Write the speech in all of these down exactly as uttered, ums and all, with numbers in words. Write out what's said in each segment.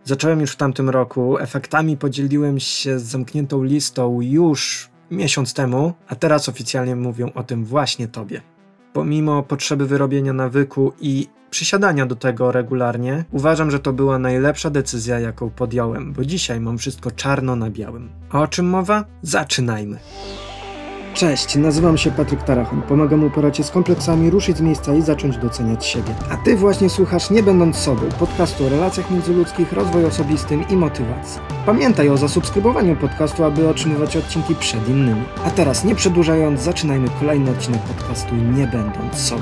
Zacząłem już w tamtym roku, efektami podzieliłem się z zamkniętą listą już miesiąc temu, a teraz oficjalnie mówię o tym właśnie tobie. Pomimo potrzeby wyrobienia nawyku i przysiadania do tego regularnie, uważam, że to była najlepsza decyzja, jaką podjąłem, bo dzisiaj mam wszystko czarno na białym. A o czym mowa? Zaczynajmy! Cześć, nazywam się Patryk Tarachon. Pomagam uporać się z kompleksami, ruszyć z miejsca i zacząć doceniać siebie. A ty właśnie słuchasz Nie Będąc Sobą, podcastu o relacjach międzyludzkich, rozwoju osobistym i motywacji. Pamiętaj o zasubskrybowaniu podcastu, aby otrzymywać odcinki przed innymi. A teraz, nie przedłużając, zaczynajmy kolejny odcinek podcastu Nie Będąc Sobą.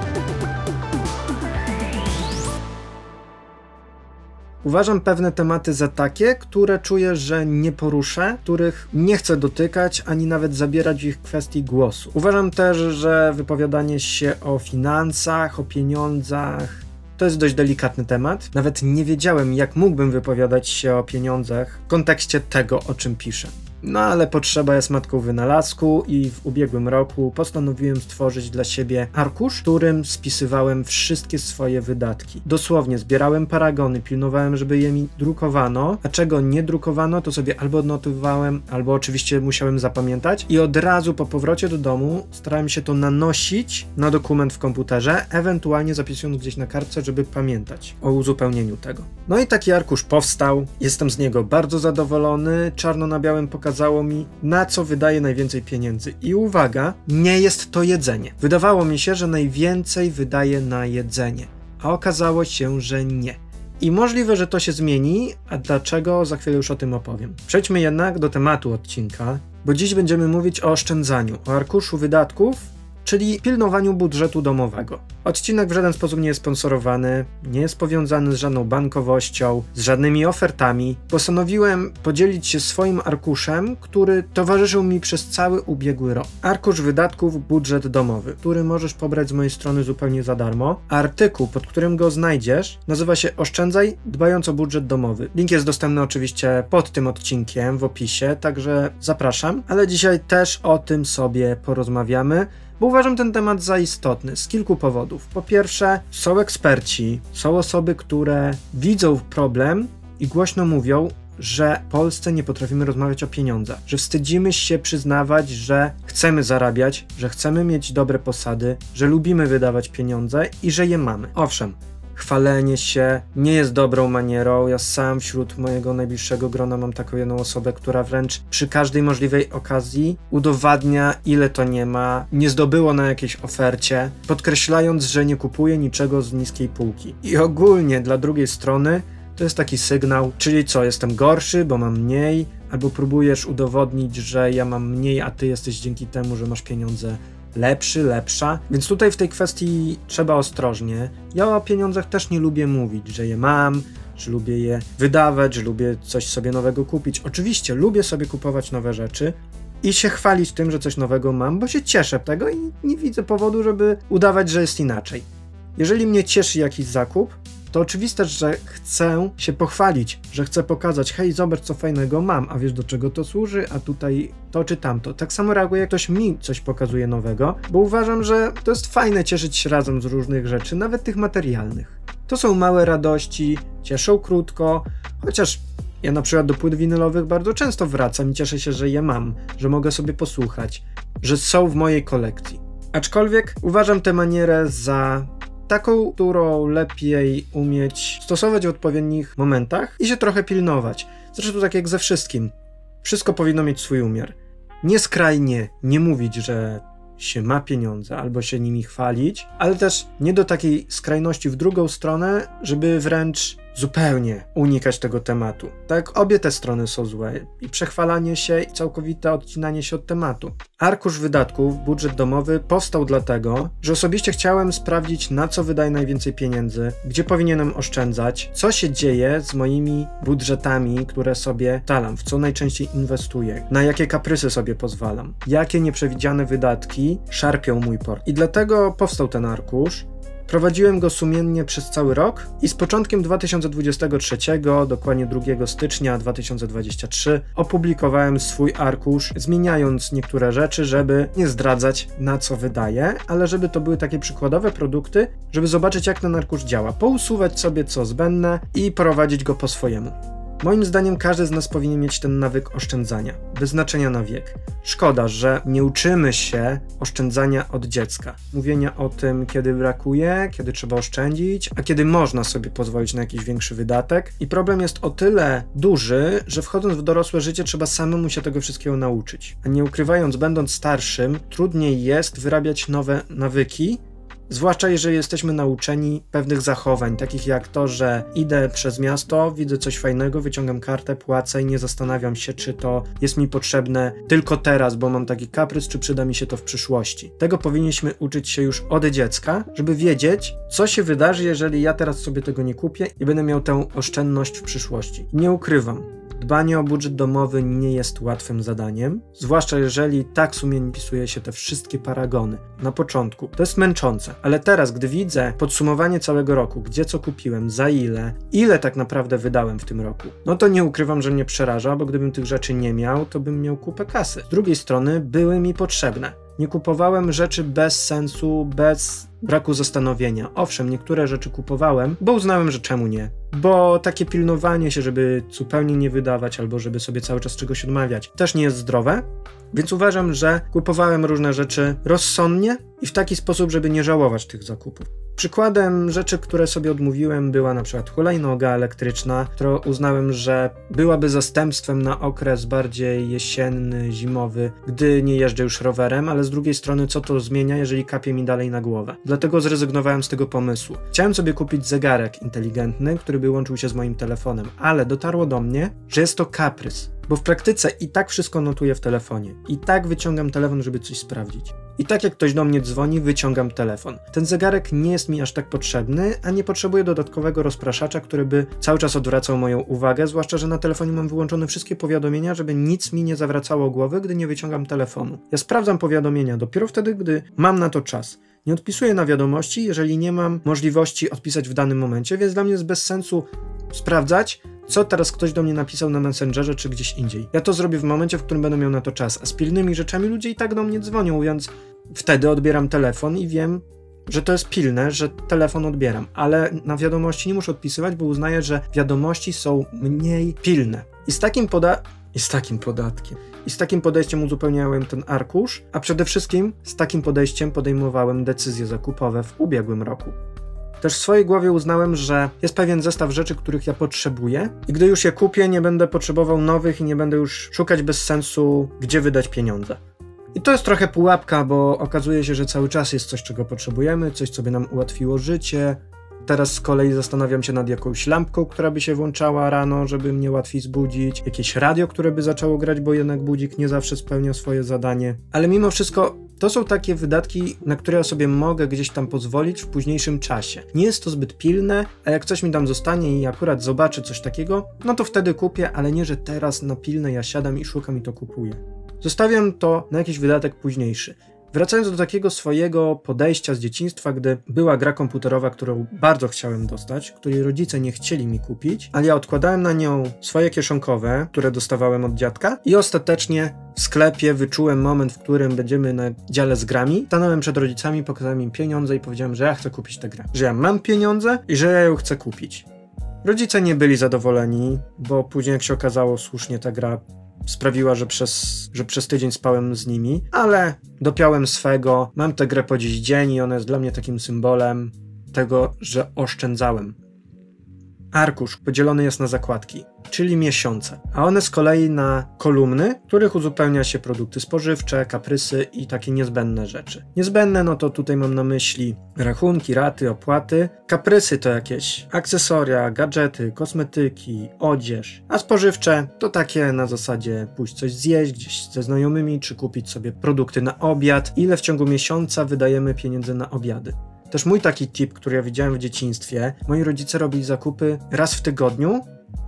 Uważam pewne tematy za takie, które czuję, że nie poruszę, których nie chcę dotykać, ani nawet zabierać w ich kwestii głosu. Uważam też, że wypowiadanie się o finansach, o pieniądzach to jest dość delikatny temat. Nawet nie wiedziałem, jak mógłbym wypowiadać się o pieniądzach w kontekście tego, o czym piszę. No ale potrzeba jest matką wynalazku i w ubiegłym roku postanowiłem stworzyć dla siebie arkusz, w którym spisywałem wszystkie swoje wydatki. Dosłownie zbierałem paragony, pilnowałem, żeby je mi drukowano, a czego nie drukowano, to sobie albo odnotowałem, albo oczywiście musiałem zapamiętać i od razu po powrocie do domu starałem się to nanosić na dokument w komputerze, ewentualnie zapisując gdzieś na kartce, żeby pamiętać o uzupełnieniu tego. No i taki arkusz powstał, jestem z niego bardzo zadowolony, czarno na białym pokazałem Pokazało mi, na co wydaje najwięcej pieniędzy. I uwaga, nie jest to jedzenie. Wydawało mi się, że najwięcej wydaje na jedzenie, a okazało się, że nie. I możliwe, że to się zmieni, a dlaczego, za chwilę już o tym opowiem. Przejdźmy jednak do tematu odcinka, bo dziś będziemy mówić o oszczędzaniu, o arkuszu wydatków, czyli pilnowaniu budżetu domowego. Odcinek w żaden sposób nie jest sponsorowany, nie jest powiązany z żadną bankowością, z żadnymi ofertami. Postanowiłem podzielić się swoim arkuszem, który towarzyszył mi przez cały ubiegły rok. Arkusz wydatków, budżet domowy, który możesz pobrać z mojej strony zupełnie za darmo. A artykuł, pod którym go znajdziesz, nazywa się Oszczędzaj, dbając o budżet domowy. Link jest dostępny oczywiście pod tym odcinkiem w opisie, także zapraszam. Ale dzisiaj też o tym sobie porozmawiamy, bo uważam ten temat za istotny z kilku powodów. Po pierwsze, są eksperci, są osoby, które widzą problem i głośno mówią, że w Polsce nie potrafimy rozmawiać o pieniądzach, że wstydzimy się przyznawać, że chcemy zarabiać, że chcemy mieć dobre posady, że lubimy wydawać pieniądze i że je mamy. Owszem, chwalenie się nie jest dobrą manierą. Ja sam wśród mojego najbliższego grona mam taką jedną osobę, która wręcz przy każdej możliwej okazji udowadnia, ile to nie ma, nie zdobyło na jakiejś ofercie, podkreślając, że nie kupuje niczego z niskiej półki. I ogólnie dla drugiej strony to jest taki sygnał, czyli co, jestem gorszy, bo mam mniej, albo próbujesz udowodnić, że ja mam mniej, a ty jesteś dzięki temu, że masz pieniądze lepszy, lepsza, więc tutaj w tej kwestii trzeba ostrożnie. Ja o pieniądzach też nie lubię mówić, że je mam, że lubię je wydawać, że lubię coś sobie nowego kupić. Oczywiście lubię sobie kupować nowe rzeczy i się chwalić tym, że coś nowego mam, bo się cieszę tego i nie widzę powodu, żeby udawać, że jest inaczej. Jeżeli mnie cieszy jakiś zakup, to oczywiste, że chcę się pochwalić, że chcę pokazać, hej, zobacz, co fajnego mam, a wiesz, do czego to służy, a tutaj to czy tamto. Tak samo reaguję, jak ktoś mi coś pokazuje nowego, bo uważam, że to jest fajne cieszyć się razem z różnych rzeczy, nawet tych materialnych. To są małe radości, cieszą krótko, chociaż ja na przykład do płyt winylowych bardzo często wracam i cieszę się, że je mam, że mogę sobie posłuchać, że są w mojej kolekcji. Aczkolwiek uważam tę manierę za taką, którą lepiej umieć stosować w odpowiednich momentach i się trochę pilnować. Zresztą tak jak ze wszystkim. Wszystko powinno mieć swój umiar. Nie skrajnie nie mówić, że się ma pieniądze albo się nimi chwalić, ale też nie do takiej skrajności w drugą stronę, żeby wręcz zupełnie unikać tego tematu. Tak, obie te strony są złe. I przechwalanie się, i całkowite odcinanie się od tematu. Arkusz wydatków, budżet domowy powstał dlatego, że osobiście chciałem sprawdzić, na co wydaję najwięcej pieniędzy, gdzie powinienem oszczędzać, co się dzieje z moimi budżetami, które sobie talam, w co najczęściej inwestuję, na jakie kaprysy sobie pozwalam, jakie nieprzewidziane wydatki szarpią mój port. I dlatego powstał ten arkusz. Prowadziłem go sumiennie przez cały rok i z początkiem dwa tysiące dwudziestego trzeciego, dokładnie drugiego stycznia dwa tysiące dwudziestego trzeciego, opublikowałem swój arkusz, zmieniając niektóre rzeczy, żeby nie zdradzać, na co wydaję, ale żeby to były takie przykładowe produkty, żeby zobaczyć, jak ten arkusz działa, pousuwać sobie co zbędne i prowadzić go po swojemu. Moim zdaniem każdy z nas powinien mieć ten nawyk oszczędzania, wyznaczenia na wiek. Szkoda, że nie uczymy się oszczędzania od dziecka. Mówienia o tym, kiedy brakuje, kiedy trzeba oszczędzić, a kiedy można sobie pozwolić na jakiś większy wydatek. I problem jest o tyle duży, że wchodząc w dorosłe życie trzeba samemu się tego wszystkiego nauczyć. A nie ukrywając, będąc starszym, trudniej jest wyrabiać nowe nawyki, zwłaszcza jeżeli jesteśmy nauczeni pewnych zachowań, takich jak to, że idę przez miasto, widzę coś fajnego, wyciągam kartę, płacę i nie zastanawiam się, czy to jest mi potrzebne tylko teraz, bo mam taki kaprys, czy przyda mi się to w przyszłości. Tego powinniśmy uczyć się już od dziecka, żeby wiedzieć, co się wydarzy, jeżeli ja teraz sobie tego nie kupię i będę miał tę oszczędność w przyszłości. Nie ukrywam. Dbanie o budżet domowy nie jest łatwym zadaniem, zwłaszcza jeżeli tak sumiennie pisuje się te wszystkie paragony na początku. To jest męczące, ale teraz, gdy widzę podsumowanie całego roku, gdzie co kupiłem, za ile, ile tak naprawdę wydałem w tym roku, no to nie ukrywam, że mnie przeraża, bo gdybym tych rzeczy nie miał, to bym miał kupę kasy. Z drugiej strony były mi potrzebne. Nie kupowałem rzeczy bez sensu, bez braku zastanowienia. Owszem, niektóre rzeczy kupowałem, bo uznałem, że czemu nie. Bo takie pilnowanie się, żeby zupełnie nie wydawać, albo żeby sobie cały czas czegoś odmawiać, też nie jest zdrowe. Więc uważam, że kupowałem różne rzeczy rozsądnie i w taki sposób, żeby nie żałować tych zakupów. Przykładem rzeczy, które sobie odmówiłem, była na przykład hulajnoga elektryczna, którą uznałem, że byłaby zastępstwem na okres bardziej jesienny, zimowy, gdy nie jeżdżę już rowerem, ale z drugiej strony co to zmienia, jeżeli kapie mi dalej na głowę. Dlatego zrezygnowałem z tego pomysłu. Chciałem sobie kupić zegarek inteligentny, który by łączył się z moim telefonem, ale dotarło do mnie, że jest to kaprys. Bo w praktyce i tak wszystko notuję w telefonie. I tak wyciągam telefon, żeby coś sprawdzić. I tak jak ktoś do mnie dzwoni, wyciągam telefon. Ten zegarek nie jest mi aż tak potrzebny, a nie potrzebuję dodatkowego rozpraszacza, który by cały czas odwracał moją uwagę, zwłaszcza, że na telefonie mam wyłączone wszystkie powiadomienia, żeby nic mi nie zawracało głowy, gdy nie wyciągam telefonu. Ja sprawdzam powiadomienia dopiero wtedy, gdy mam na to czas. Nie odpisuję na wiadomości, jeżeli nie mam możliwości odpisać w danym momencie, więc dla mnie jest bez sensu sprawdzać, co teraz ktoś do mnie napisał na Messengerze czy gdzieś indziej. Ja to zrobię w momencie, w którym będę miał na to czas, a z pilnymi rzeczami ludzie i tak do mnie dzwonią, więc wtedy odbieram telefon i wiem, że to jest pilne, że telefon odbieram, ale na wiadomości nie muszę odpisywać, bo uznaję, że wiadomości są mniej pilne. I z takim poda... I z takim podatkiem. I z takim podejściem uzupełniałem ten arkusz, a przede wszystkim z takim podejściem podejmowałem decyzje zakupowe w ubiegłym roku. Też w swojej głowie uznałem, że jest pewien zestaw rzeczy, których ja potrzebuję i gdy już je kupię, nie będę potrzebował nowych i nie będę już szukać bez sensu, gdzie wydać pieniądze. I to jest trochę pułapka, bo okazuje się, że cały czas jest coś, czego potrzebujemy, coś, co by nam ułatwiło życie. Teraz z kolei zastanawiam się nad jakąś lampką, która by się włączała rano, żeby mnie łatwiej zbudzić. Jakieś radio, które by zaczęło grać, bo jednak budzik nie zawsze spełnia swoje zadanie. Ale mimo wszystko to są takie wydatki, na które ja sobie mogę gdzieś tam pozwolić w późniejszym czasie. Nie jest to zbyt pilne, a jak coś mi tam zostanie i akurat zobaczę coś takiego, no to wtedy kupię, ale nie, że teraz na pilne ja siadam i szukam i to kupuję. Zostawiam to na jakiś wydatek późniejszy. Wracając do takiego swojego podejścia z dzieciństwa, gdy była gra komputerowa, którą bardzo chciałem dostać, której rodzice nie chcieli mi kupić, ale ja odkładałem na nią swoje kieszonkowe, które dostawałem od dziadka i ostatecznie w sklepie wyczułem moment, w którym będziemy na dziale z grami. Stanąłem przed rodzicami, pokazałem im pieniądze i powiedziałem, że ja chcę kupić tę grę. Że ja mam pieniądze i że ja ją chcę kupić. Rodzice nie byli zadowoleni, bo później jak się okazało, słusznie ta gra sprawiła, że przez, że przez tydzień spałem z nimi, ale dopiąłem swego, mam tę grę po dziś dzień i ona jest dla mnie takim symbolem tego, że oszczędzałem. Arkusz podzielony jest na zakładki, czyli miesiące, a one z kolei na kolumny, których uzupełnia się produkty spożywcze, kaprysy i takie niezbędne rzeczy. Niezbędne no to tutaj mam na myśli rachunki, raty, opłaty. Kaprysy to jakieś akcesoria, gadżety, kosmetyki, odzież, a spożywcze to takie na zasadzie pójść coś zjeść gdzieś ze znajomymi, czy kupić sobie produkty na obiad. Ile w ciągu miesiąca wydajemy pieniędzy na obiady. Też mój taki tip, który ja widziałem w dzieciństwie, moi rodzice robili zakupy raz w tygodniu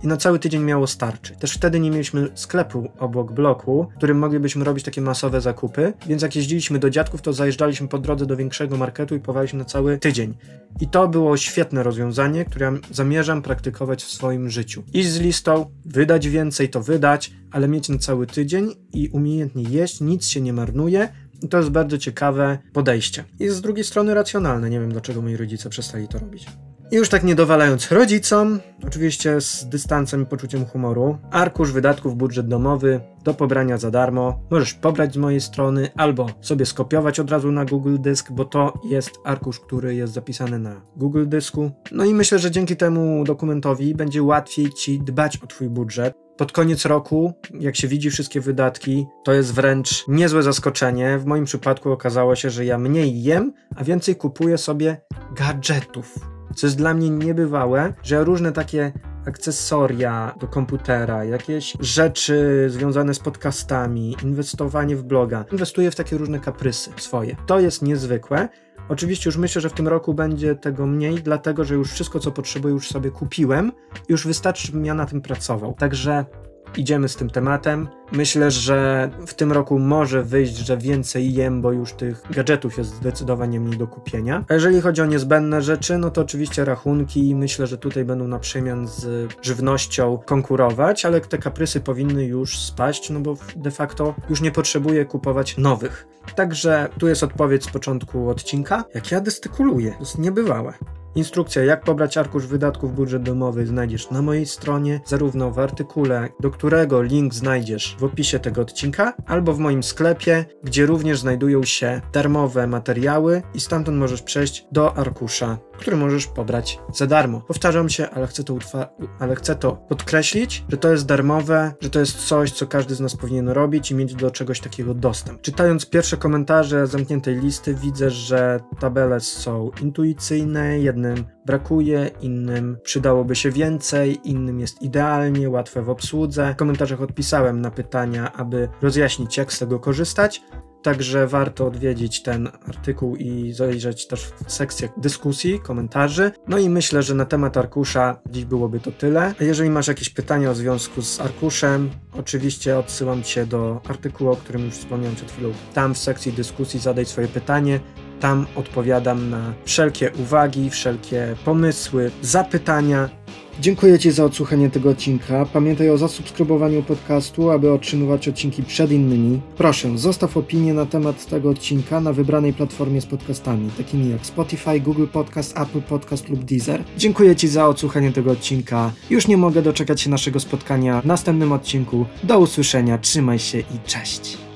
i na cały tydzień miało starczyć. Też wtedy nie mieliśmy sklepu obok bloku, w którym moglibyśmy robić takie masowe zakupy, więc jak jeździliśmy do dziadków, to zajeżdżaliśmy po drodze do większego marketu i kupowaliśmy na cały tydzień. I to było świetne rozwiązanie, które ja zamierzam praktykować w swoim życiu. Iść z listą, wydać więcej, to wydać, ale mieć na cały tydzień i umiejętnie jeść, nic się nie marnuje. I to jest bardzo ciekawe podejście. I z drugiej strony racjonalne. Nie wiem, dlaczego moi rodzice przestali to robić. I już tak nie dowalając rodzicom, oczywiście z dystansem i poczuciem humoru, arkusz wydatków, budżet domowy do pobrania za darmo. Możesz pobrać z mojej strony albo sobie skopiować od razu na Google Dysk, bo to jest arkusz, który jest zapisany na Google Dysku. No i myślę, że dzięki temu dokumentowi będzie łatwiej Ci dbać o Twój budżet. Pod koniec roku, jak się widzi wszystkie wydatki, to jest wręcz niezłe zaskoczenie. W moim przypadku okazało się, że ja mniej jem, a więcej kupuję sobie gadżetów. Co jest dla mnie niebywałe, że ja różne takie akcesoria do komputera, jakieś rzeczy związane z podcastami, inwestowanie w bloga, inwestuję w takie różne kaprysy swoje. To jest niezwykłe. Oczywiście już myślę, że w tym roku będzie tego mniej, dlatego że już wszystko, co potrzebuję, już sobie kupiłem i już wystarczy, żebym ja na tym pracował. Także idziemy z tym tematem. Myślę, że w tym roku może wyjść, że więcej jem, bo już tych gadżetów jest zdecydowanie mniej do kupienia. A jeżeli chodzi o niezbędne rzeczy, no to oczywiście rachunki i myślę, że tutaj będą na przemian z żywnością konkurować, ale te kaprysy powinny już spaść, no bo de facto już nie potrzebuję kupować nowych. Także tu jest odpowiedź z początku odcinka. Jak ja gestykuluję, to jest niebywałe. Instrukcja, jak pobrać arkusz wydatków, budżet domowy znajdziesz na mojej stronie, zarówno w artykule, do którego link znajdziesz w opisie tego odcinka, albo w moim sklepie, gdzie również znajdują się darmowe materiały i stamtąd możesz przejść do arkusza, który możesz pobrać za darmo. Powtarzam się, ale chcę to, utwa- ale chcę to podkreślić, że to jest darmowe, że to jest coś, co każdy z nas powinien robić i mieć do czegoś takiego dostęp. Czytając pierwsze komentarze zamkniętej listy, widzę, że tabele są intuicyjne, jednym brakuje, innym przydałoby się więcej, innym jest idealnie, łatwe w obsłudze. W komentarzach odpisałem na pytania, aby rozjaśnić, jak z tego korzystać. Także warto odwiedzić ten artykuł i zajrzeć też w sekcję dyskusji, komentarzy. No i myślę, że na temat arkusza dziś byłoby to tyle. Jeżeli masz jakieś pytania w związku z arkuszem, oczywiście odsyłam Cię do artykułu, o którym już wspomniałem przed chwilą. Tam w sekcji dyskusji zadaj swoje pytanie. Tam odpowiadam na wszelkie uwagi, wszelkie pomysły, zapytania. Dziękuję Ci za odsłuchanie tego odcinka. Pamiętaj o zasubskrybowaniu podcastu, aby otrzymywać odcinki przed innymi. Proszę, zostaw opinię na temat tego odcinka na wybranej platformie z podcastami, takimi jak Spotify, Google Podcast, Apple Podcast lub Deezer. Dziękuję Ci za odsłuchanie tego odcinka. Już nie mogę doczekać się naszego spotkania w następnym odcinku. Do usłyszenia, trzymaj się i cześć!